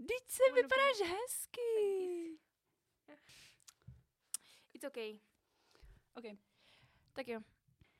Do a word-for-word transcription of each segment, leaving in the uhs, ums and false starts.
Vždyť se vypadáš hezky. It's okay. Okay. Tak jo.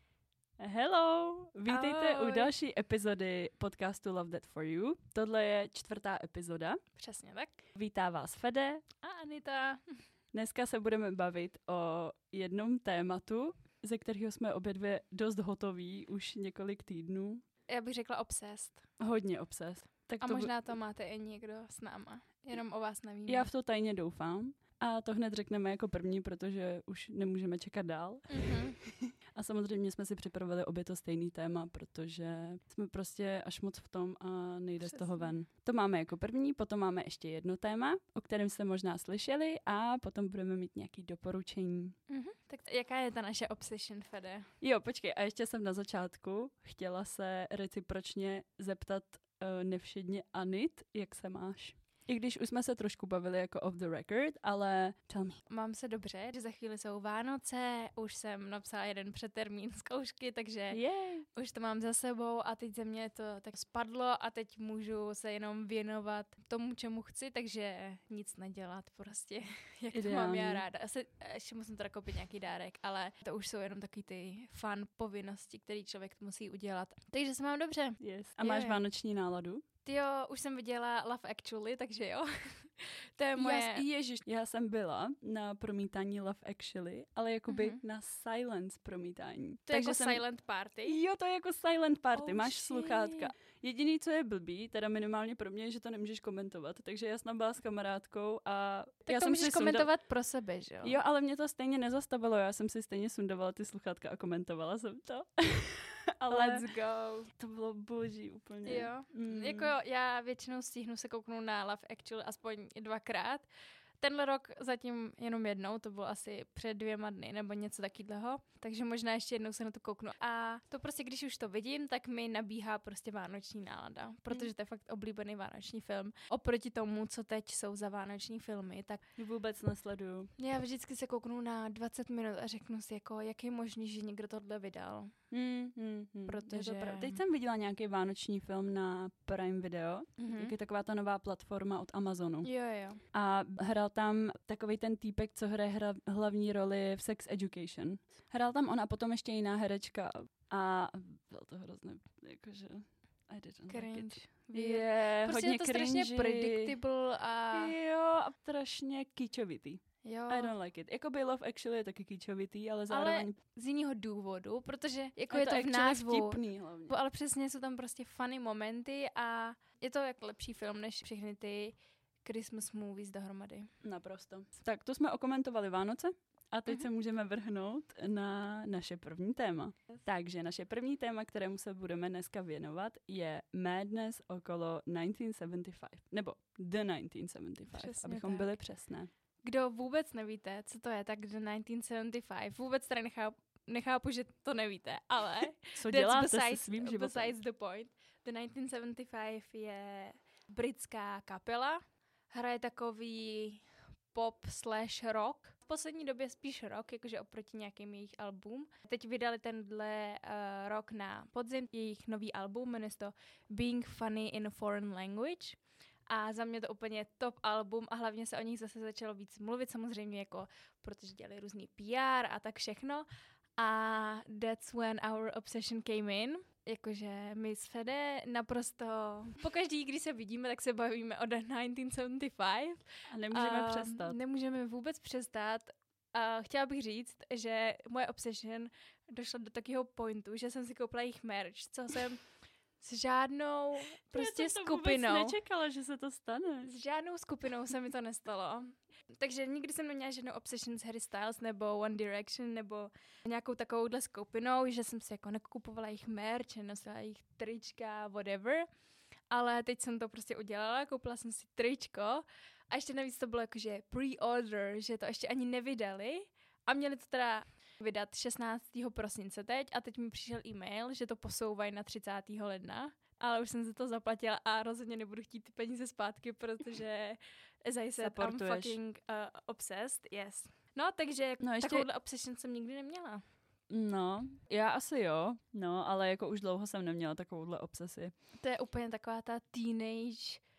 Hello, vítejte Ahoj. u další epizody podcastu Love That For You. Tohle je čtvrtá epizoda. Přesně tak. Vítá vás Fede. A Anita. Dneska se budeme bavit o jednom tématu, ze kterého jsme obě dvě dost hotoví už několik týdnů. Já bych řekla obsessed. Hodně obsessed. Tak A to možná to máte i někdo s náma. Jenom o vás nevíme. Já v to tajně doufám. A to hned řekneme jako první, protože už nemůžeme čekat dál. Mm-hmm. A samozřejmě jsme si připravili obě to stejný téma, protože jsme prostě až moc v tom a nejde Přesně. z toho ven. To máme jako první, potom máme ještě jedno téma, o kterém jste možná slyšeli a potom budeme mít nějaké doporučení. Mm-hmm. Tak t- jaká je ta naše obsession, Fede? Jo, počkej, a ještě jsem na začátku chtěla se recipročně zeptat uh, nevšedně Anit, jak se máš? I když už jsme se trošku bavili jako off the record, ale tell me. Mám se dobře, že za chvíli jsou Vánoce, už jsem napsala jeden předtermín zkoušky, takže yeah. už to mám za sebou a teď ze mě to tak spadlo a teď můžu se jenom věnovat tomu, čemu chci, takže nic nedělat prostě, jak to mám já ráda. Asi ještě musím teda koupit nějaký dárek, ale to už jsou jenom takový ty fun povinnosti, který člověk musí udělat. Takže se mám dobře. Yes. A máš je. vánoční náladu? Jo, už jsem viděla Love Actually, takže jo. To je moje... Yes, ježiš, já jsem byla na promítání Love Actually, ale jakoby mm-hmm. na silence promítání. To je jako jsem... silent party? Jo, to je jako silent party, Oh, máš shit. sluchátka. Jediný, co je blbý, teda minimálně pro mě, je, že to nemůžeš komentovat, takže já jsem byla s kamarádkou a... Tak já to jsem můžeš si komentovat sunda... pro sebe, že jo? Jo, ale mě to stejně nezastavilo, já jsem si stejně sundovala ty sluchátka a komentovala jsem to. Ale let's go. To bylo boží úplně. Jo, mm. jako já většinou stihnu se kouknout na Love Actually aspoň dvakrát. Tenhle rok zatím jenom jednou, to bylo asi před dvěma dny nebo něco takového, takže možná ještě jednou se na to kouknu. A to prostě, když už to vidím, tak mi nabíhá prostě vánoční nálada, protože to je fakt oblíbený vánoční film. Oproti tomu, co teď jsou za vánoční filmy, tak vůbec nesleduju. Já vždycky se kouknu na dvacet minut a řeknu si, jako, jak je možný, že někdo tohle vydal. Hmm, hmm, hmm. Protože... Teď jsem viděla nějaký vánoční film na Prime Video, mm-hmm. jak je taková ta nová platforma od Amazonu. Jo, jo. A hrál tam takovej ten týpek, co hraje hra, hlavní roli v Sex Education. Hrál tam on a potom ještě jiná herečka. A bylo to hrozně, jakože... I didn't cringe. like it. Je prostě hodně je to cringy. strašně predictable a... Jo, a strašně kýčovitý. Jo. I don't like it. Jakoby Love Actually je taky kýčovitý, ale zároveň... Ale z jiného důvodu, protože jako je, je to, to v názvu. Vtipný hlavně. Ale přesně jsou tam prostě funny momenty a je to jako lepší film, než všechny ty Christmas movies dohromady. Naprosto. Tak to jsme okomentovali Vánoce a teď uh-huh. se můžeme vrhnout na naše první téma. Yes. Takže naše první téma, kterému se budeme dneska věnovat, je Madness okolo devatenáct set sedmdesát pět. Nebo The devatenáct set sedmdesát pět, Přesně abychom tak. byli přesné. Kdo vůbec nevíte, co to je, tak The devatenáct set sedmdesát pět, vůbec tady nechápu, nechápu, že to nevíte, ale co děláte se besides, svým životem? Besides the point. The devatenáct set sedmdesát pět je britská kapela, hraje takový pop slash rock. V poslední době spíš rock, jakože oproti nějakým jejich album. Teď vydali tenhle uh, rok na podzim jejich nový album, jmenuje se to Being Funny in a Foreign Language. A za mě to úplně top album a hlavně se o nich zase začalo víc mluvit, samozřejmě jako, protože dělali různý P R a tak všechno. A that's when our obsession came in. Jakože my s Fede naprosto, pokaždý, když se vidíme, tak se bavíme o devatenáct set sedmdesát pět. A nemůžeme a přestat. Nemůžeme vůbec přestat. A chtěla bych říct, že moje obsession došla do takového pointu, že jsem si koupila jejich merch, co jsem s žádnou prostě Já to skupinou. vůbec nečekala, že se to stane. S žádnou skupinou se mi to nestalo. Takže nikdy jsem neměla žádnou obsession s Harry Styles nebo One Direction nebo nějakou takovouhle skupinou, že jsem si jako nekupovala jejich merch, nosila jejich trička, whatever. Ale teď jsem to prostě udělala, koupila jsem si tričko a ještě navíc to bylo jakože pre-order, že to ještě ani nevydali a měli to teda vydat šestnáctého prosince teď a teď mi přišel e-mail, že to posouvají na třicátého ledna. Ale už jsem za to zaplatila a rozhodně nebudu chtít ty peníze zpátky, protože as I said, I'm fucking uh, obsessed, yes. No, takže no, ještě... takovouhle obsession jsem nikdy neměla. No, já asi jo, no, ale jako už dlouho jsem neměla takovouhle obsesi. To je úplně taková ta teenage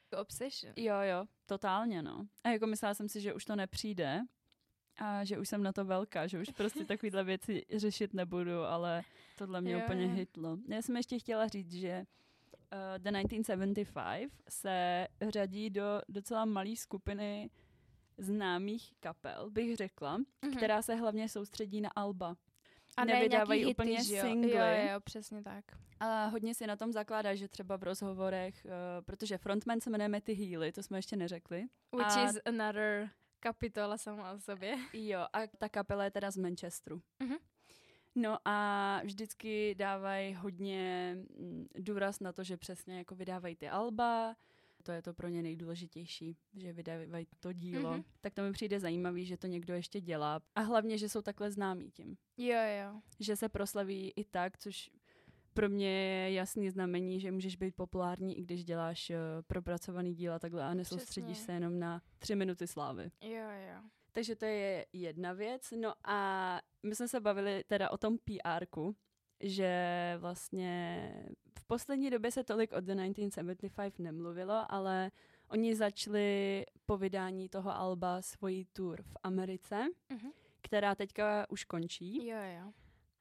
Obsession. Jo, jo, totálně, no. A jako myslela jsem si, že už to nepřijde a že už jsem na to velká, že už prostě takovýhle věci řešit nebudu, ale tohle mě Jo, úplně jo. hitlo. Já jsem ještě chtěla říct, že uh, The devatenáct set sedmdesát pět se řadí do docela malé skupiny známých kapel, bych řekla, Mhm. která se hlavně soustředí na alba. A ne Nevydávají nějaký úplně hity, že jo? singly. Jo, jo, přesně tak. A hodně si na tom zakládá, že třeba v rozhovorech, uh, protože frontman se jmenuje Matty Healy, to jsme ještě neřekli. Which A- is another kapitola sama o sobě. Jo, a ta kapela je teda z Manchesteru. Mhm. No a vždycky dávají hodně mm, důraz na to, že přesně jako vydávají ty alba, to je to pro ně nejdůležitější, že vydávají to dílo. Mhm. Tak to mi přijde zajímavý, že to někdo ještě dělá. A hlavně, že jsou takhle známí tím. Jo, jo. Že se proslaví i tak, což pro mě je jasný znamení, že můžeš být populární, i když děláš uh, propracovaný díla takhle a nesoustředíš Přesně. se jenom na tři minuty slávy. Jo, jo. Takže to je jedna věc. No a my jsme se bavili teda o tom P R ku, že vlastně v poslední době se tolik o The devatenáct set sedmdesát pět nemluvilo, ale oni začali po vydání toho alba svoji tour v Americe, Mhm. která teďka už končí. Jo, jo.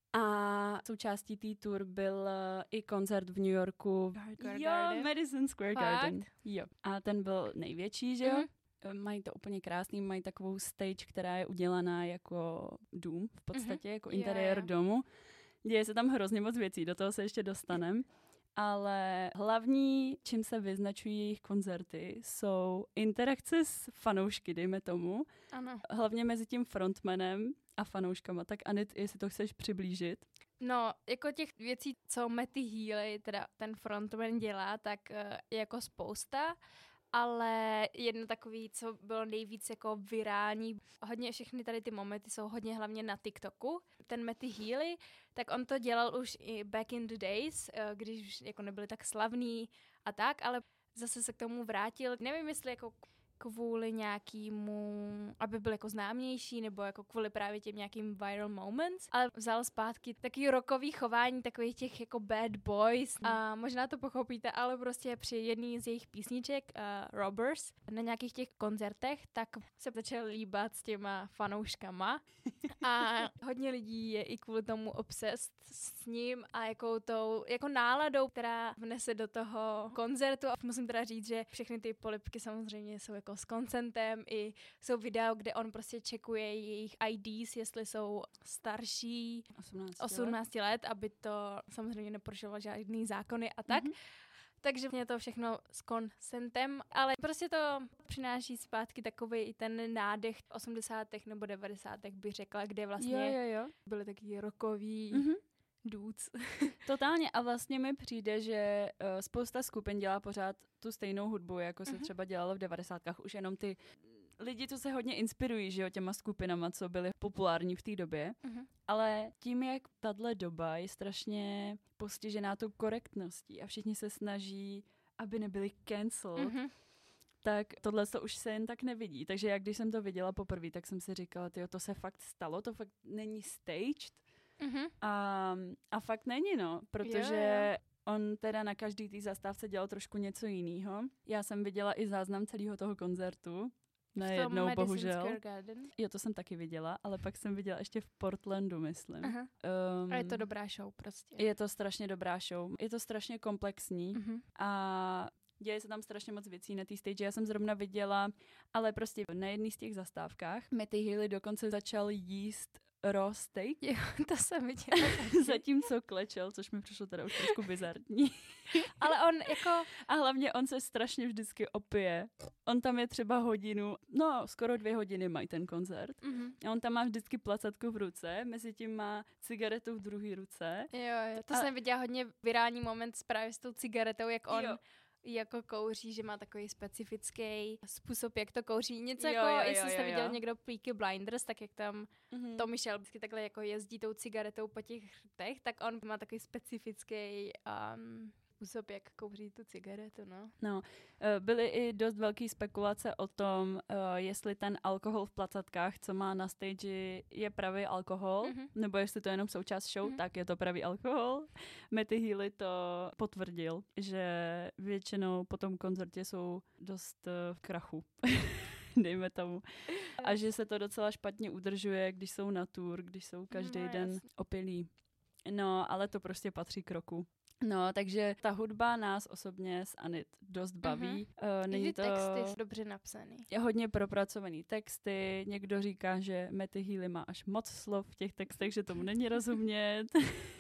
A součástí té tour byl eh, i koncert v New Yorku. Square Jo, Garden. Madison Square Fakt? Garden. Jo. A ten byl největší, že jo? Mhm. Eh, Mají to úplně krásný, mají takovou stage, která je udělaná jako dům, v podstatě, jako Jo, interiér jo. domu. Děje se tam hrozně moc věcí, do toho se ještě dostanem. Ale hlavní, čím se vyznačují jejich koncerty, jsou interakce s fanoušky, dejme tomu. Ano. Hlavně mezi tím frontmanem a fanouškama. Tak Anit, jestli to chceš přiblížit. No, jako těch věcí, co Matty Healy, teda ten frontman dělá, tak uh, je jako spousta, ale jedno takový, co bylo nejvíc jako virální, hodně všechny tady ty momenty jsou hodně hlavně na TikToku. Ten Matty Healy, tak on to dělal už i back in the days, uh, když už jako nebyli tak slavný a tak, ale zase se k tomu vrátil. Nevím, jestli jako kvůli nějakému, aby byl jako známější, nebo jako kvůli právě těm nějakým viral moments, ale vzal zpátky takový rockový chování takových těch jako bad boys a možná to pochopíte, ale prostě při jedný z jejich písniček uh, Robbers na nějakých těch koncertech, tak se začal líbat s těma fanouškama a hodně lidí je i kvůli tomu obsessed s ním a jako tou, jako náladou, která vnese do toho koncertu a musím teda říct, že všechny ty polipky samozřejmě jsou jako s koncentem, i jsou videa, kde on prostě čekuje jejich I Ds, jestli jsou starší osmnáct, osmnáct let, aby to samozřejmě neporušovalo žádný zákony a tak. Mhm. Takže mě to všechno s konsentem, ale prostě to přináší zpátky takový i ten nádech osmdesátých nebo devadesátých bych řekla, kde vlastně Jo, jo, jo. byly taky rockový Mhm. dudes. Totálně a vlastně mi přijde, že uh, spousta skupin dělá pořád tu stejnou hudbu, jako se Mhm. třeba dělalo v devadesátkách. Už jenom ty lidi, co se hodně inspirují, že jo, těma skupinama, co byly populární v té době. Mhm. Ale tím, jak tahle doba je strašně postižená tou korektností a všichni se snaží, aby nebyli cancelled, Mhm. tak tohle to už se jen tak nevidí. Takže já, když jsem to viděla poprvé, tak jsem si říkala, tyjo, to se fakt stalo, to fakt není staged. Mhm. A, a fakt není, no, protože Jo, on teda na každý té zastávce dělal trošku něco jiného. Já jsem viděla i záznam celého toho koncertu. V tom Najednou, Madison bohužel. Square Garden. Jo, to jsem taky viděla, ale pak jsem viděla ještě v Portlandu, myslím. Aha. Um, A je to dobrá show prostě. Je to strašně dobrá show. Je to strašně komplexní Mhm. a děje se tam strašně moc věcí na té stage. Já jsem zrovna viděla, ale prostě na jedné z těch zastávkách Matty Healy dokonce začal jíst raw steak, Jo, to jsem viděla. zatímco klečel, což mi přišlo teda už trošku bizarní. Ale on jako... A hlavně on se strašně vždycky opije. On tam je třeba hodinu, no skoro dvě hodiny mají ten koncert. Mhm. A on tam má vždycky placatku v ruce, mezi tím má cigaretu v druhé ruce. Jo, jo, to A- jsem viděla hodně virální moment s- právě s tou cigaretou, jak on Jo. jako kouří, že má takový specifický způsob, jak to kouří. Něco Jo, jako, jo, jo, jestli jste jo, viděl jo. někdo Peaky Blinders, tak jak tam Mhm. to Michelle vždycky takhle jako jezdí tou cigaretou po těch hřtech, tak on má takový specifický um, způsob, jak kouří tu cigaretu, no. No, byly i dost velké spekulace o tom, jestli ten alkohol v placatkách, co má na stage, je pravý alkohol, mm-hmm. nebo jestli to je jenom součást show, mm-hmm. tak je to pravý alkohol. Matty Healy to potvrdil, že většinou po tom koncertě jsou dost v krachu. Dejme tomu. A že se to docela špatně udržuje, když jsou na tour, když jsou každý no, den opilí. No, ale to prostě patří k roku. No, takže ta hudba nás osobně s Anit dost baví. Uh-huh. Uh, není to texty dobře napsaný. Je hodně propracovaný texty. Někdo říká, že Matty Healy má až moc slov v těch textech, že tomu není rozumět.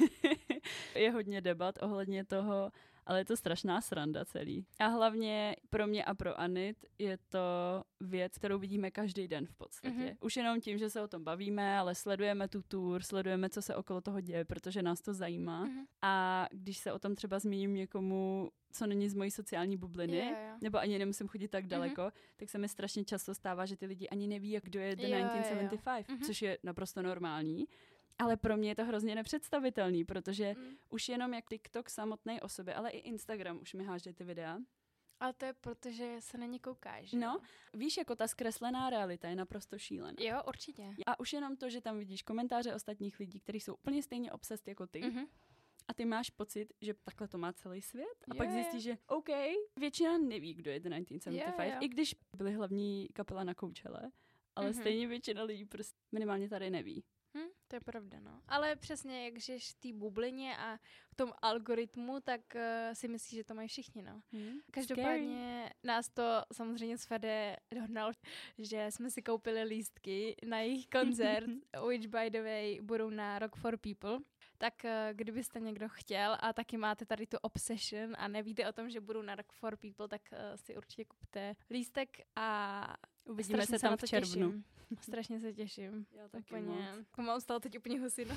Je hodně debat ohledně toho, ale je to strašná sranda celý. A hlavně pro mě a pro Anit je to věc, kterou vidíme každý den v podstatě. Mm-hmm. Už jenom tím, že se o tom bavíme, ale sledujeme tu tour, sledujeme, co se okolo toho děje, protože nás to zajímá. Mm-hmm. A když se o tom třeba zmíním někomu, co není z mojí sociální bubliny, yeah, yeah. nebo ani nemusím chodit tak daleko, mm-hmm. tak se mi strašně často stává, že ty lidi ani neví, jak kdo je The yeah, devatenáct sedmdesát pět, yeah. mm-hmm. což je naprosto normální. Ale pro mě je to hrozně nepředstavitelný, protože mm. už jenom jak TikTok samotný o sobě, ale i Instagram už mi háže ty videa. Ale to je proto, že se na ně koukáš. No, víš, jako ta zkreslená realita je naprosto šílená. Jo, určitě. A už jenom to, že tam vidíš komentáře ostatních lidí, kteří jsou úplně stejně obsessed jako ty, mm-hmm. a ty máš pocit, že takhle to má celý svět. A yeah. pak zjistíš, že OK, většina neví, kdo je The devatenáct sedmdesát pět, yeah, yeah. i když byli hlavní kapela na Coachelle, ale mm-hmm. stejně většina lidí prostě minimálně tady neví. Hm, to je pravda, no. Ale přesně, jak žiješ v té bublině a v tom algoritmu, tak uh, si myslíš, že to mají všichni, no. Hmm, Každopádně scary. Nás to samozřejmě s Fede dohnal, že jsme si koupili lístky na jejich koncert, which by the way budou na Rock for People. Tak uh, kdybyste někdo chtěl a taky máte tady tu obsession a nevíte o tom, že budou na Rock for People, tak uh, si určitě kupte lístek a uvidíme se tam v červnu. Těším. Strašně se těším. Já taky úplně. moc. Mám stalo teď úplně husinu.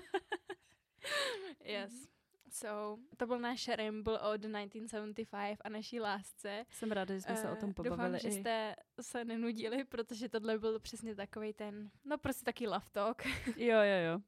Yes. So, to byl náš ramble o The devatenáct sedmdesát pět a naší lásce. Jsem ráda, že jsme uh, se o tom pobavili. Doufám, že jste se nenudili, protože tohle byl přesně takovej ten, no prostě taky love talk. Jo, jo, jo.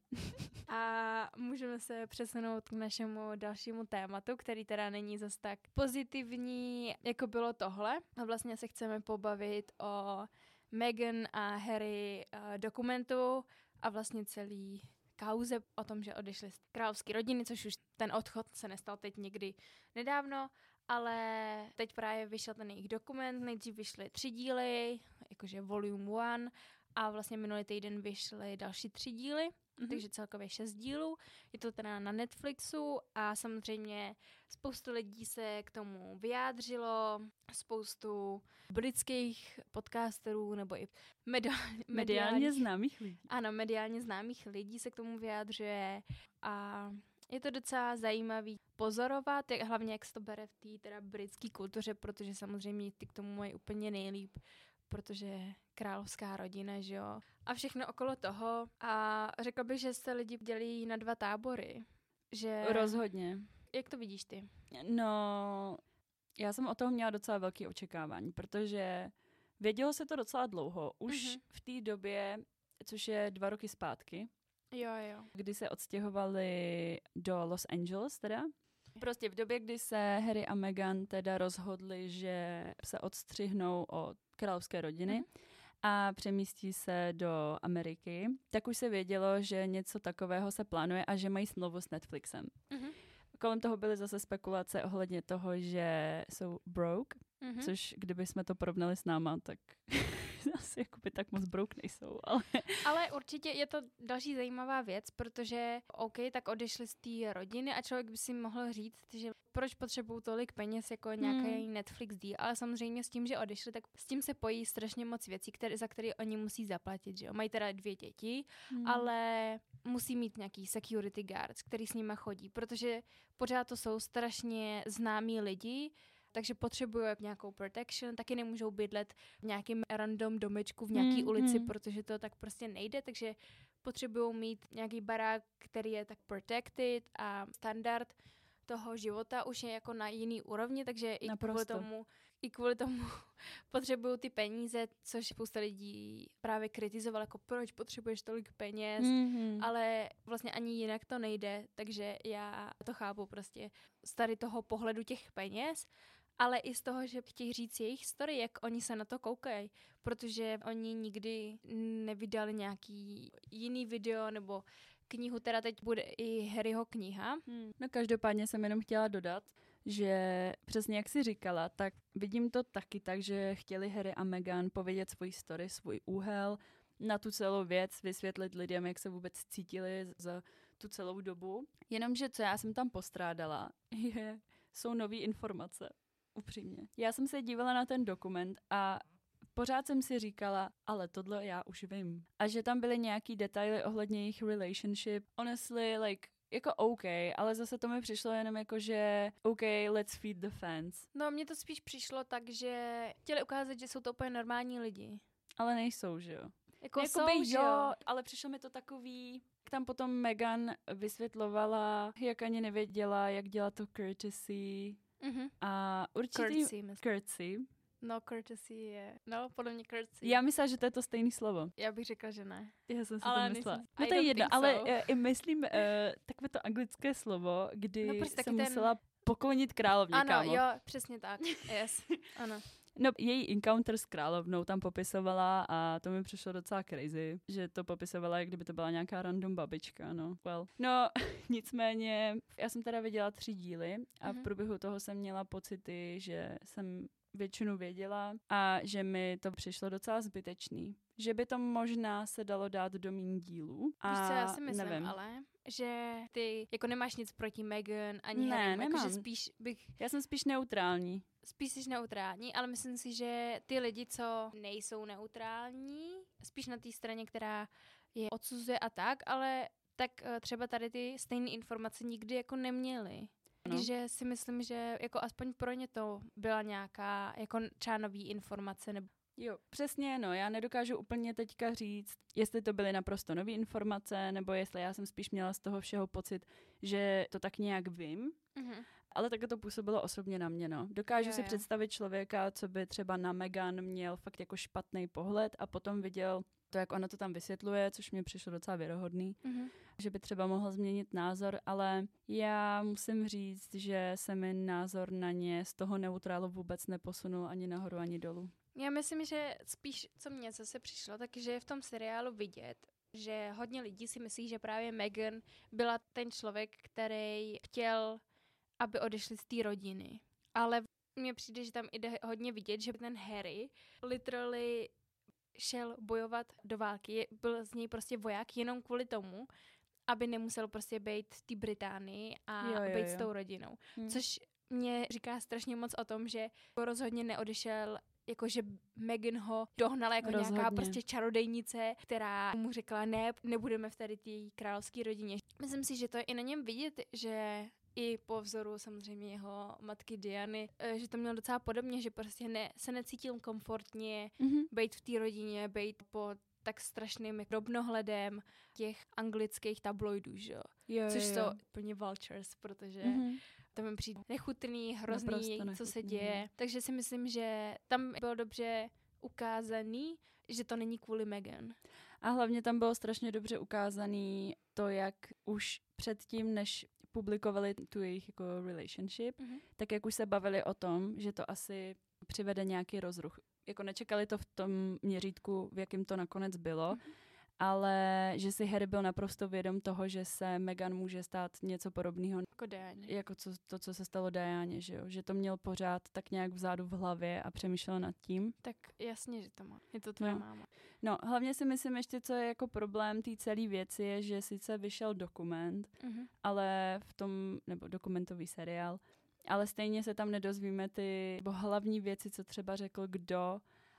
A můžeme se přesunout k našemu dalšímu tématu, který teda není zas tak pozitivní, jako bylo tohle. A vlastně se chceme pobavit o Meghan a Harry uh, dokumentu a vlastně celý kauze o tom, že odešli z královské rodiny, což už ten odchod se nestal teď někdy nedávno, ale teď právě vyšel ten jejich dokument, nejdřív vyšly tři díly, jakože volume one, a vlastně minulý týden vyšly další tři díly, mm-hmm. takže celkově šest dílů. Je to teda na Netflixu a samozřejmě spoustu lidí se k tomu vyjádřilo, spoustu britských podcasterů nebo i mediálně, mediálně známých lidí. Ano, mediálně známých lidí se k tomu vyjádřuje a je to docela zajímavý pozorovat, jak, hlavně jak se to bere v té teda britské kultuře, protože samozřejmě ty k tomu mají úplně nejlíp, protože královská rodina, že jo, a všechno okolo toho. A řekla bych, že se lidi dělí na dva tábory. Že... Rozhodně. Jak to vidíš ty? No, já jsem o toho měla docela velké očekávání, protože vědělo se to docela dlouho. Už mm-hmm. v té době, což je dva roky zpátky, jo, jo. kdy se odstěhovali do Los Angeles teda. Prostě v době, kdy se Harry a Meghan teda rozhodli, že se odstřihnou od královské rodiny mm-hmm. a přemístí se do Ameriky, tak už se vědělo, že něco takového se plánuje a že mají smlouvu s Netflixem. Mm-hmm. Kolem toho byly zase spekulace ohledně toho, že jsou broke, mm-hmm. což kdyby jsme to porovnali s náma, tak asi jakoby tak moc broke nejsou. Ale... ale určitě je to další zajímavá věc, protože OK, tak odešli z té rodiny a člověk by si mohl říct, že proč potřebují tolik peněz jako nějaký hmm. Netflix deal, ale samozřejmě s tím, že odešli, tak s tím se pojí strašně moc věcí, které, za které oni musí zaplatit, že jo. Mají teda dvě děti, hmm. ale musí mít nějaký security guards, který s nima chodí, protože pořád to jsou strašně známí lidi, takže potřebují nějakou protection, taky nemůžou bydlet v nějakém random domečku v nějaké mm, ulici, mm. protože to tak prostě nejde, takže potřebují mít nějaký barák, který je tak protected a standard toho života už je jako na jiný úrovni, takže i kvůli tomu i kvůli tomu potřebují ty peníze, což spousta lidí právě kritizoval, jako proč potřebuješ tolik peněz, Mm-hmm. ale vlastně ani jinak to nejde, takže já to chápu prostě z tady toho pohledu těch peněz, ale i z toho, že chtějí říct jejich story, jak oni se na to koukají, protože oni nikdy nevydali nějaký jiný video nebo knihu, teda teď bude i Harryho kniha. Hmm. No každopádně jsem jenom chtěla dodat, že přesně jak jsi říkala, tak vidím to taky tak, že chtěli Harry a Meghan povědět svůj story, svůj úhel na tu celou věc, vysvětlit lidem, jak se vůbec cítili za tu celou dobu. Jenomže co já jsem tam postrádala, je, jsou nové informace. Upřímně. Já jsem se dívala na ten dokument a pořád jsem si říkala, ale tohle já už vím. A že tam byly nějaký detaily ohledně jejich relationship. Honestly, like, jako OK, ale zase to mi přišlo jenom jako, že OK, let's feed the fans. No, mně to spíš přišlo tak, že chtěli ukázat, že jsou to úplně normální lidi. Ale nejsou, že jo? Jako no, jsou, jakoby, že jo, ale přišlo mi to takový... Tam potom Meghan vysvětlovala, jak ani nevěděla, jak dělat to courtesy. Mm-hmm. A určitě... Curtsy. Curtsy. No, courtesy je... No, podle mě curtsy. Já myslela, že to je to stejné slovo. Já bych řekla, že ne. Já jsem si ale to myslela. Nejsem... No I to je jedno, so. ale uh, i myslím uh, takové to anglické slovo, kdy no, prostě jsem ten... musela poklonit královně, ano, kámo. jo, přesně tak. Yes, ano. No, její encounter s královnou tam popisovala a to mi přišlo docela crazy, že to popisovala, jak kdyby to byla nějaká random babička, no. Well. No, nicméně, já jsem teda viděla tři díly a v průběhu toho jsem měla pocity, že jsem většinu věděla a že mi to přišlo docela zbytečný. Že by to možná se dalo dát do míň dílů. A víš co, já si myslím, nevím. ale, že ty jako nemáš nic proti Meghan ani ne, Harry, nemám. jakože spíš bych... Já jsem spíš neutrální. Spíš jsi neutrální, ale myslím si, že ty lidi, co nejsou neutrální, spíš na té straně, která je odsuzuje a tak, ale tak třeba tady ty stejné informace nikdy jako neměli. No. Takže si myslím, že jako aspoň pro ně to byla nějaká jako třeba nový informace. Nebo... Jo, přesně, no, já nedokážu úplně teďka říct, jestli to byly naprosto nové informace, nebo jestli já jsem spíš měla z toho všeho pocit, že to tak nějak vím, Mm-hmm. ale také to působilo osobně na mě, no. Dokážu jo, si jo. představit člověka, co by třeba na Meghan měl fakt jako špatný pohled a potom viděl to, jak ona to tam vysvětluje, což mě přišlo docela věrohodný, Mm-hmm. že by třeba mohl změnit názor, ale já musím říct, že se mi názor na ně z toho neutrálu vůbec neposunul ani nahoru, ani dolů. Já myslím, že spíš, co mně zase přišlo, takže je v tom seriálu vidět, že hodně lidí si myslí, že právě Meghan byla ten člověk, který chtěl, aby odešli z té rodiny. Ale mně přijde, že tam jde hodně vidět, že ten Harry literally šel bojovat do války, byl z něj prostě voják jenom kvůli tomu, aby nemusel prostě být v té Británii a Jo, jo, být jo. s tou rodinou. Hmm. Což mě říká strašně moc o tom, že rozhodně neodešel, jakože Meghan ho dohnala jako Rozhodně. nějaká prostě čarodejnice, která mu řekla, ne, nebudeme v tady té královské rodině. Myslím si, že to je i na něm vidět, že i po vzoru samozřejmě jeho matky Diany, eh, že to měl docela podobně, že prostě ne, se necítil komfortně Mm-hmm. být v té rodině, být pod tak strašným drobnohledem těch anglických tabloidů, že jo. Jo, Což jo, jsou jo. úplně vultures, protože Mm-hmm. to mi přijde nechutný, hrozný, Naprosto co se nechutný, děje. Takže si myslím, že tam bylo dobře ukázaný, že to není kvůli Meghan. A hlavně tam bylo strašně dobře ukázaný to, jak už předtím, než publikovali tu jejich jako relationship, Mhm. tak jak už se bavili o tom, že to asi přivede nějaký rozruch. Jako nečekali to v tom měřítku, v jakém to nakonec bylo, Mhm. ale že si Harry byl naprosto vědom toho, že se Meghan může stát něco podobného, Jako Diana. jako co, to, co se stalo Dianě, že jo? Že to měl pořád tak nějak vzadu v hlavě a přemýšlel nad tím. Tak jasně, že to má. Je to tvoje No. máma. No, hlavně si myslím ještě, co je jako problém té celé věci, je, že sice vyšel dokument, Mhm. ale v tom, nebo dokumentový seriál, ale stejně se tam nedozvíme ty nebo hlavní věci, co třeba řekl kdo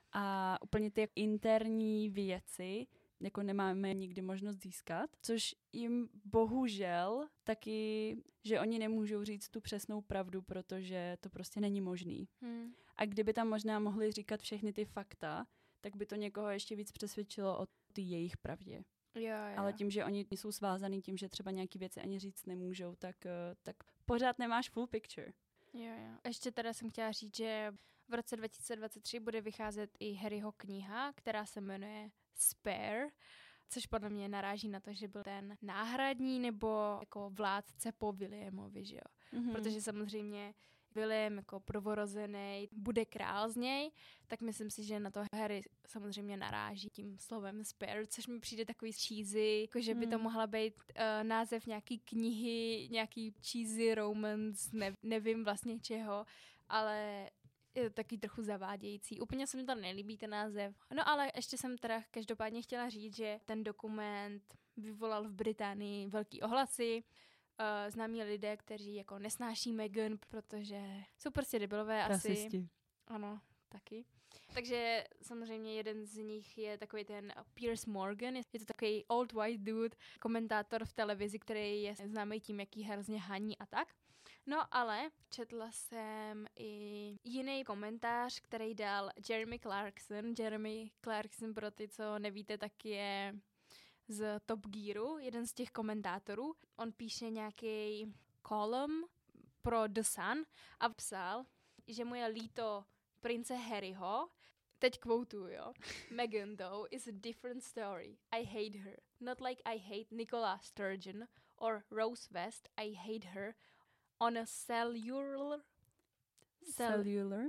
a úplně ty interní věci, jako nemáme nikdy možnost získat, což jim bohužel taky, že oni nemůžou říct tu přesnou pravdu, protože to prostě není možný. Hmm. A kdyby tam možná mohli říkat všechny ty fakta, tak by to někoho ještě víc přesvědčilo o té jejich pravdě. Jo, jo. Ale tím, že oni jsou svázaný tím, že třeba nějaký věci ani říct nemůžou, tak, eh, tak pořád nemáš full picture. Jo, jo. Ještě teda jsem chtěla říct, že v roce dva tisíce dvacet tři bude vycházet i Harryho kniha, která se jmenuje Spare, což podle mě naráží na to, že byl ten náhradní nebo jako vládce po Williamovi, že jo. Mm-hmm. Protože samozřejmě William jako prvorozený bude král z něj, tak myslím si, že na to Harry samozřejmě naráží tím slovem spare, což mi přijde takový cheesy, jako že by to mohla být uh, název nějaký knihy, nějaký cheesy romance, ne, nevím vlastně čeho, ale je to taky trochu zavádějící. Úplně se mi to nelíbí, ten název. No ale ještě jsem teda každopádně chtěla říct, že ten dokument vyvolal v Británii velký ohlasy. Uh, známí lidé, kteří jako nesnáší Meghan, protože jsou prostě debilové asi. Rasisti. Ano, taky. Takže samozřejmě jeden z nich je takový ten Piers Morgan. Je to takový old white dude, komentátor v televizi, který je známý tím, jaký hrozně haní a tak. No ale četla jsem i jiný komentář, který dal Jeremy Clarkson. Jeremy Clarkson, pro ty, co nevíte, tak je z Top Gearu, jeden z těch komentátorů. On píše nějaký column pro The Sun a psal, že mu je líto prince Harryho. Teď quotuju, jo. Meghan, though, is a different story. I hate her. Not like I hate Nicola Sturgeon or Rose West. I hate her on a cellular... Cell- cellular?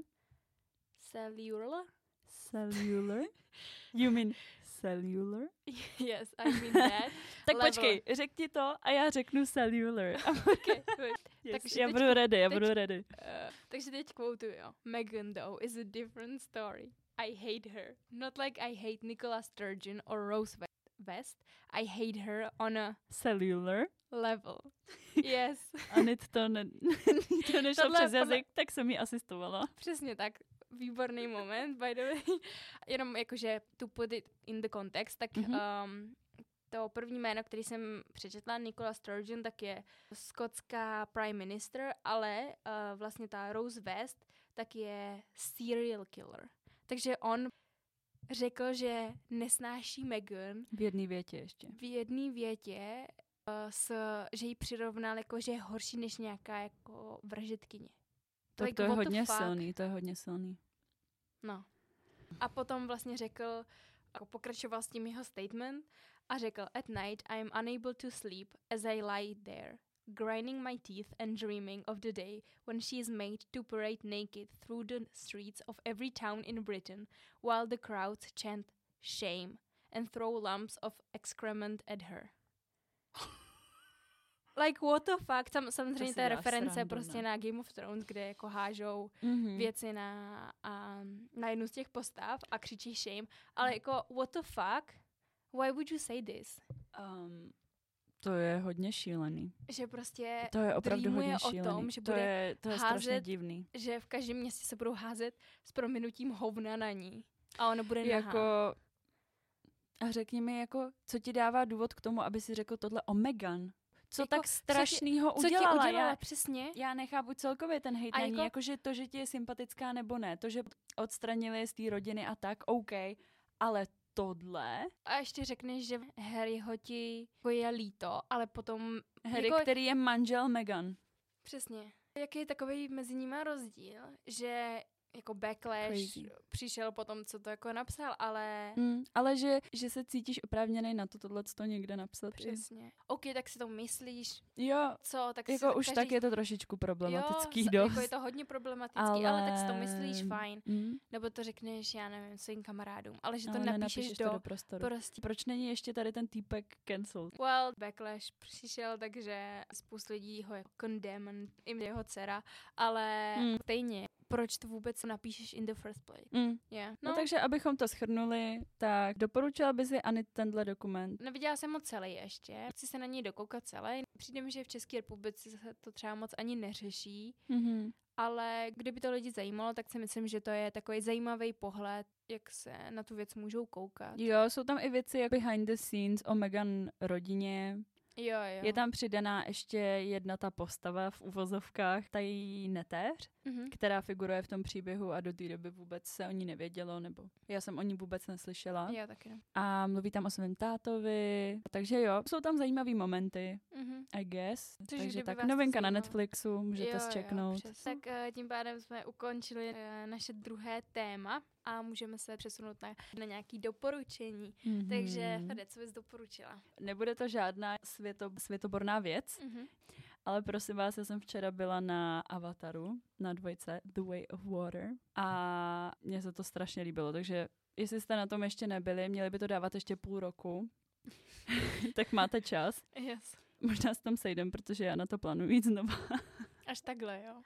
Cellular? Cellular? You mean cellular? Yes, I mean that. Tak level. Počkej, řekni to a já řeknu cellular. Okay, yes, takže já teď, budu ready, já teď, budu ready. Uh, takže teď quotuju, jo. Meghan, though, is a different story. I hate her. Not like I hate Nicola Sturgeon or Rose West. I hate her on a... cellular? Level. Yes. A nyt to, ne, to nešlo Tohle přes podle- jazyk, tak jsem jí asistovala. Přesně tak. Výborný moment, by the way. Jenom jakože to put it in the context, tak mm-hmm. um, to první jméno, který jsem přečetla, Nicola Sturgeon, tak je skotská prime minister, ale uh, vlastně ta Rose West, tak je serial killer. Takže on řekl, že nesnáší Meghan. V jedné větě ještě. V jedné větě, uh, s, že ji přirovnal jako, že je horší než nějaká jako vražedkyně. Tak Like, to je what the hodně fuck? silný, to je hodně silný. No. A potom vlastně řekl, jako pokračoval s tím jeho statement a řekl, at night I am unable to sleep as I lie there, grinding my teeth and dreaming of the day when she is made to parade naked through the streets of every town in Britain while the crowds chant shame and throw lumps of excrement at her. Like, what the fuck? Tam samozřejmě to je reference srandu, prostě ne? na Game of Thrones, kde jako hážou Mm-hmm. věci na, a, na jednu z těch postav a křičí shame. Ale jako, what the fuck? Why would you say this? Um, to je hodně šílený. Že prostě To je opravdu dreamuje hodně o šílený. tom, že to bude je, to je házet- strašně divný. že v každém městě se budou házet s prominutím hovna na ní. A ono bude nahá. Jako, a řekni mi, jako, co ti dává důvod k tomu, aby si řekl tohle o Meghan? Co Jako, tak strašnýho co ti udělala? udělala Já, přesně? já nechápu celkově ten hejt A na ní, jako- jakože to, že ti je sympatická nebo ne, to, že odstranili z té rodiny a tak, OK, ale tohle, A ještě řekneš, že Harryho ti jako je líto, ale potom... Harry, jako, který je manžel Meghan. Přesně. Jaký je takový mezi nimi rozdíl, že jako backlash Crazy. přišel po tom, co to jako napsal, ale... Mm, ale že, že se cítíš oprávněnej na to tohleto někde napsat. Přesně. OK, tak si to myslíš, Jo, co, tak jako si už každý... tak je to trošičku problematický jo, dost. jako je to hodně problematický, ale... ale tak si to myslíš, fajn. Mm, Nebo to řekneš, já nevím, svým kamarádům, ale že to ale napíšeš nenapíšeš do... to do prostoru. Prostě. Proč není ještě tady ten týpek cancelled? Well, backlash přišel, takže spoustu lidí ho jako condemn, i jeho dcera, ale Mm. stejně, proč to vůbec napíšeš in the first place? Mm. Yeah. No, no takže, abychom to shrnuli, tak doporučila by si Anit tenhle dokument? Neviděla jsem ho celý ještě, chci se na něj dokoukat celý. Přijde mi, že v České republice se to třeba moc ani neřeší, Mm-hmm. ale kdyby to lidi zajímalo, tak si myslím, že to je takový zajímavý pohled, jak se na tu věc můžou koukat. Jo, jsou tam i věci jako behind the scenes o Meghan rodině, Jo, jo. Je tam přidaná ještě jedna ta postava v uvozovkách, ta její netéř, Mhm. která figuruje v tom příběhu a do té doby vůbec se o ní nevědělo, nebo já jsem o ní vůbec neslyšela. Já taky ne. A mluví tam o svém tátovi, takže jo, jsou tam zajímavý momenty, Mhm. I guess. Což Takže kdyby tak vás to novinka na zajímalo. Netflixu, můžete Jo, zčeknout. jo, přesně. Tak uh, tím pádem jsme ukončili uh, naše druhé téma a můžeme se přesunout na, na nějaké doporučení. Mhm. Takže, Fede, co bys doporučila? Nebude to žádná světo, světoborná věc, Mhm. ale prosím vás, já jsem včera byla na Avataru, na dvojce The Way of Water a mně se to strašně líbilo, takže jestli jste na tom ještě nebyli, měli by to dávat ještě půl roku, tak máte čas. Yes. Možná s tam sejdem, protože já na to plánuji jít znova. Až takhle, jo.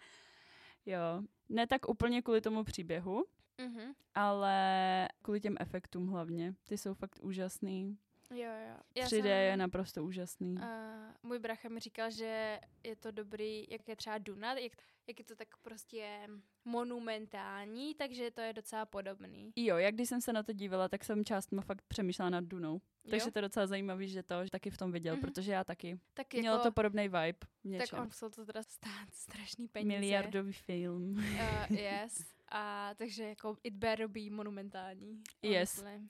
Jo, ne tak úplně kvůli tomu příběhu, Mhm. ale kvůli těm efektům hlavně. Ty jsou fakt úžasný. Jo, jo. Já tři dé jsem- je naprosto úžasný. Uh, můj brácha mi říkal, že je to dobrý, jak je třeba Duna, jak, jak je to tak prostě monumentální, takže to je docela podobný. Jo, jak když jsem se na to dívala, tak jsem částma fakt přemýšlela nad Dunou. Takže Jo? to je docela zajímavý, že to že taky v tom viděl, Mhm. protože já taky. Tak Mělo jako, to podobný vibe v tak něčem. on musel to teda stát strašný peníze. Miliardový film. Uh, yes. A takže jako it better be monumentální. Yes. honestly.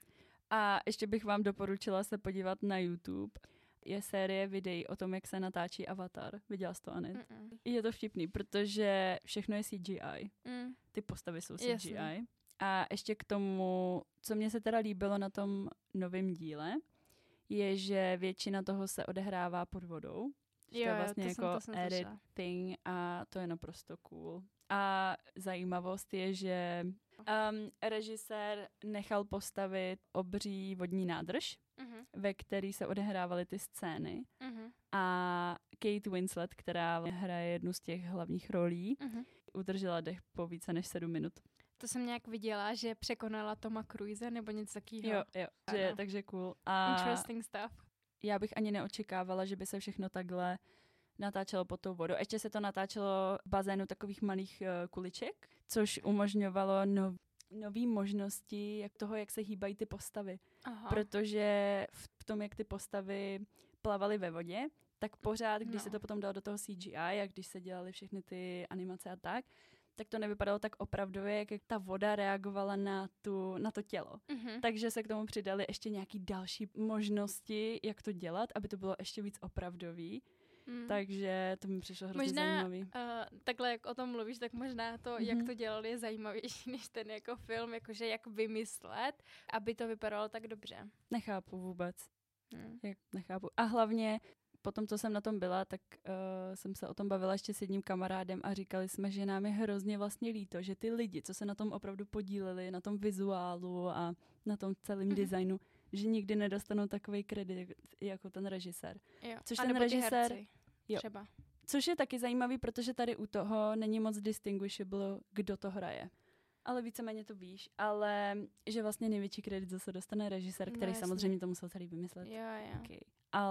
A ještě bych vám doporučila se podívat na YouTube. Je série videí o tom, jak se natáčí Avatar. Viděla jsi to, Anet? Mm-mm. Je to vtipný, protože všechno je C G I. Mm. Ty postavy jsou C G I. Jasně. A ještě k tomu, co mě se teda líbilo na tom novém díle, je, že většina toho se odehrává pod vodou. Že Jo, to je jo, vlastně to jsem- jako to jsem slyšela. editing a to je naprosto cool. A zajímavost je, že um, režisér nechal postavit obří vodní nádrž, Mhm. ve který se odehrávaly ty scény. Mhm. A Kate Winslet, která hraje jednu z těch hlavních rolí, Mhm. udržela dech po více než sedm minut. To jsem nějak viděla, že překonala Toma Cruise nebo něco takového. Jo, jo, že, Ano. takže cool. A Interesting stuff. já bych ani neočekávala, že by se všechno takhle natáčelo pod tou vodou. Ještě se to natáčelo v bazénu takových malých uh, kuliček, což umožňovalo nov, nový možnosti jak toho, jak se hýbají ty postavy. Aha. Protože v tom, jak ty postavy plavaly ve vodě, tak pořád, když No. se to potom dalo do toho C G I a když se dělaly všechny ty animace a tak, tak to nevypadalo tak opravdově, jak ta voda reagovala na, tu, na to tělo. Mhm. Takže se k tomu přidali ještě nějaký další možnosti, jak to dělat, aby to bylo ještě víc opravdový. Mm. Takže to mi přišlo hrozně Možná zajímavý. uh, takhle, jak o tom mluvíš, tak možná to, Mhm. jak to dělali, je zajímavější než ten jako film, jakože jak vymyslet, aby to vypadalo tak dobře. Nechápu vůbec. Hmm. Jak nechápu. A hlavně po tom, co jsem na tom byla, tak uh, jsem se o tom bavila ještě s jedním kamarádem a říkali jsme, že nám je hrozně vlastně líto, že ty lidi, co se na tom opravdu podíleli, na tom vizuálu a na tom celém Mhm. designu, že nikdy nedostanou takový kredit jako ten režisér. Jo. Což A ten nebo ty režisér- herci, jo. třeba. Což je taky zajímavý, protože tady u toho není moc distinguishable, kdo to hraje. Ale víceméně to víš, ale že vlastně největší kredit zase dostane režisér, No, který jasně. samozřejmě to musel celý vymyslet. Jo, jo. Okay.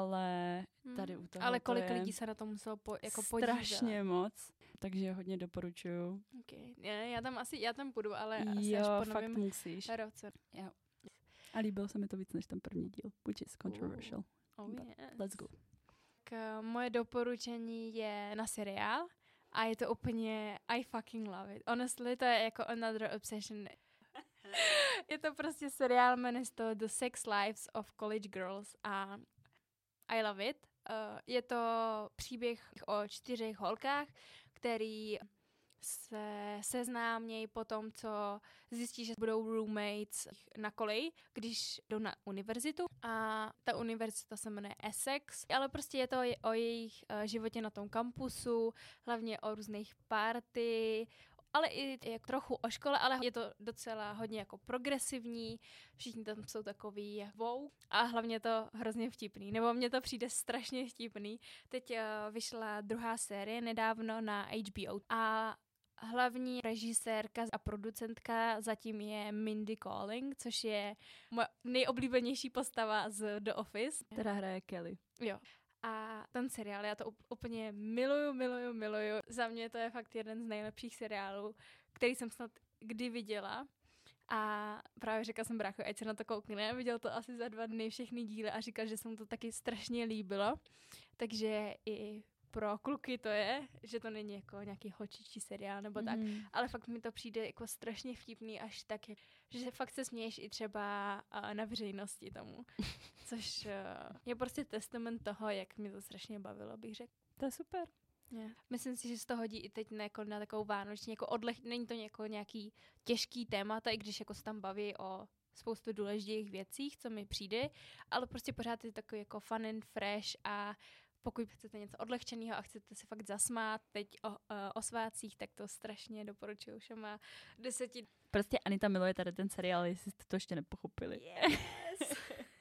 Ale Hmm. tady u toho Ale to kolik je lidí se na to muselo po, jako podívat. strašně moc, takže hodně doporučuju. Okay. Já, já tam asi, já tam půjdu, ale asi Jo, až po fakt novém musíš. roce. Jo. A líbilo se mi to víc než ten první díl, which is controversial. Oh, But yes. Let's go. Tak, uh, moje doporučení je na seriál a je to úplně, I fucking love it. Honestly, to je jako another obsession. Je to prostě seriál, jmenuje se to The Sex Lives of College Girls a I love it. Uh, je to příběh o čtyřech holkách, který se seznámějí po tom, co zjistí, že budou roommates na koleji, když jdou na univerzitu. A ta univerzita se jmenuje Essex, ale prostě je to o jejich uh, životě na tom kampusu, hlavně o různých party, ale i jak trochu o škole, ale je to docela hodně jako progresivní, všichni tam jsou takový wow a hlavně to hrozně vtipný, nebo mně to přijde strašně vtipný. Teď uh, vyšla druhá série nedávno na H B O a hlavní režisérka a producentka zatím je Mindy Kaling, což je moje nejoblíbenější postava z The Office. Která hraje Kelly. Jo. A ten seriál, já to up- úplně miluju, miluju, miluju. Za mě to je fakt jeden z nejlepších seriálů, který jsem snad kdy viděla. A právě řekla jsem bráchu, ať se na to koukne. Viděl to asi za dva dny všechny díly a říkal, že se mu to taky strašně líbilo. Takže i pro kluky to je, že to není jako nějaký holčičí seriál nebo tak, Mm. ale fakt mi to přijde jako strašně vtipný až tak, že fakt se směješ i třeba uh, na veřejnosti tomu, což uh, je prostě testament toho, jak mě to strašně bavilo, bych řekl. To je super. Yeah. Myslím si, že se to hodí i teď na, jako, na takovou vánoční, jako odleh, není to jako nějaký těžký témata, i když jako se tam baví o spoustu důležitých věcí, co mi přijde, ale prostě pořád je takový jako fun and fresh a pokud chcete něco odlehčeného a chcete se fakt zasmát teď o, o, o svátcích, tak to strašně doporučuju všema deseti. Prostě Anita miluje tady ten seriál, jestli jste to ještě nepochopili. Yes!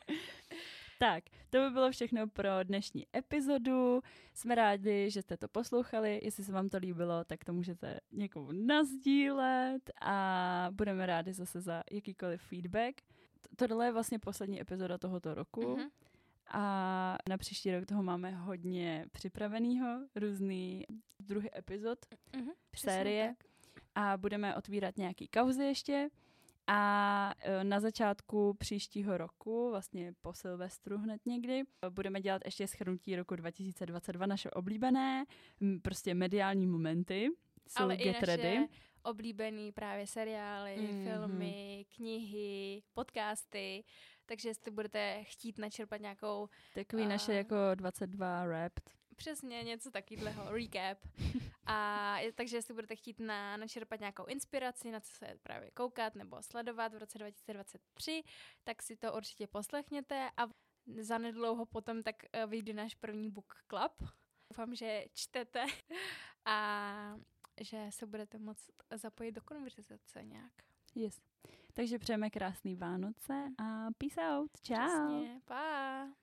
Tak, to by bylo všechno pro dnešní epizodu. Jsme rádi, že jste to poslouchali. Jestli se vám to líbilo, tak to můžete někomu nasdílet a budeme rádi zase za jakýkoliv feedback. Tohle je vlastně poslední epizoda tohoto roku. Mm-hmm. A na příští rok toho máme hodně připravenýho, různý druhy epizod, Mm-hmm. série a budeme otvírat nějaký kauzy ještě a na začátku příštího roku, vlastně po Silvestru hned někdy, budeme dělat ještě shrnutí roku dva tisíce dvacet dva, naše oblíbené, prostě mediální momenty. So ale get i naše ready. oblíbený právě seriály, Mm-hmm. filmy, knihy, podcasty, takže jestli budete chtít načerpat nějakou Takový a... naše jako dvacet dva Wrapped. Přesně, něco takového, recap. A je- takže jestli budete chtít na, načerpat nějakou inspiraci, na co se právě koukat nebo sledovat v roce dva tisíce dvacet tři, tak si to určitě poslechněte a zanedlouho potom tak eh, vyjde náš první book club. Doufám, že čtete a že se budete moct zapojit do konverzace nějak. Yes. Takže přejeme krásný Vánoce a peace out. Ciao. Přesně, pa!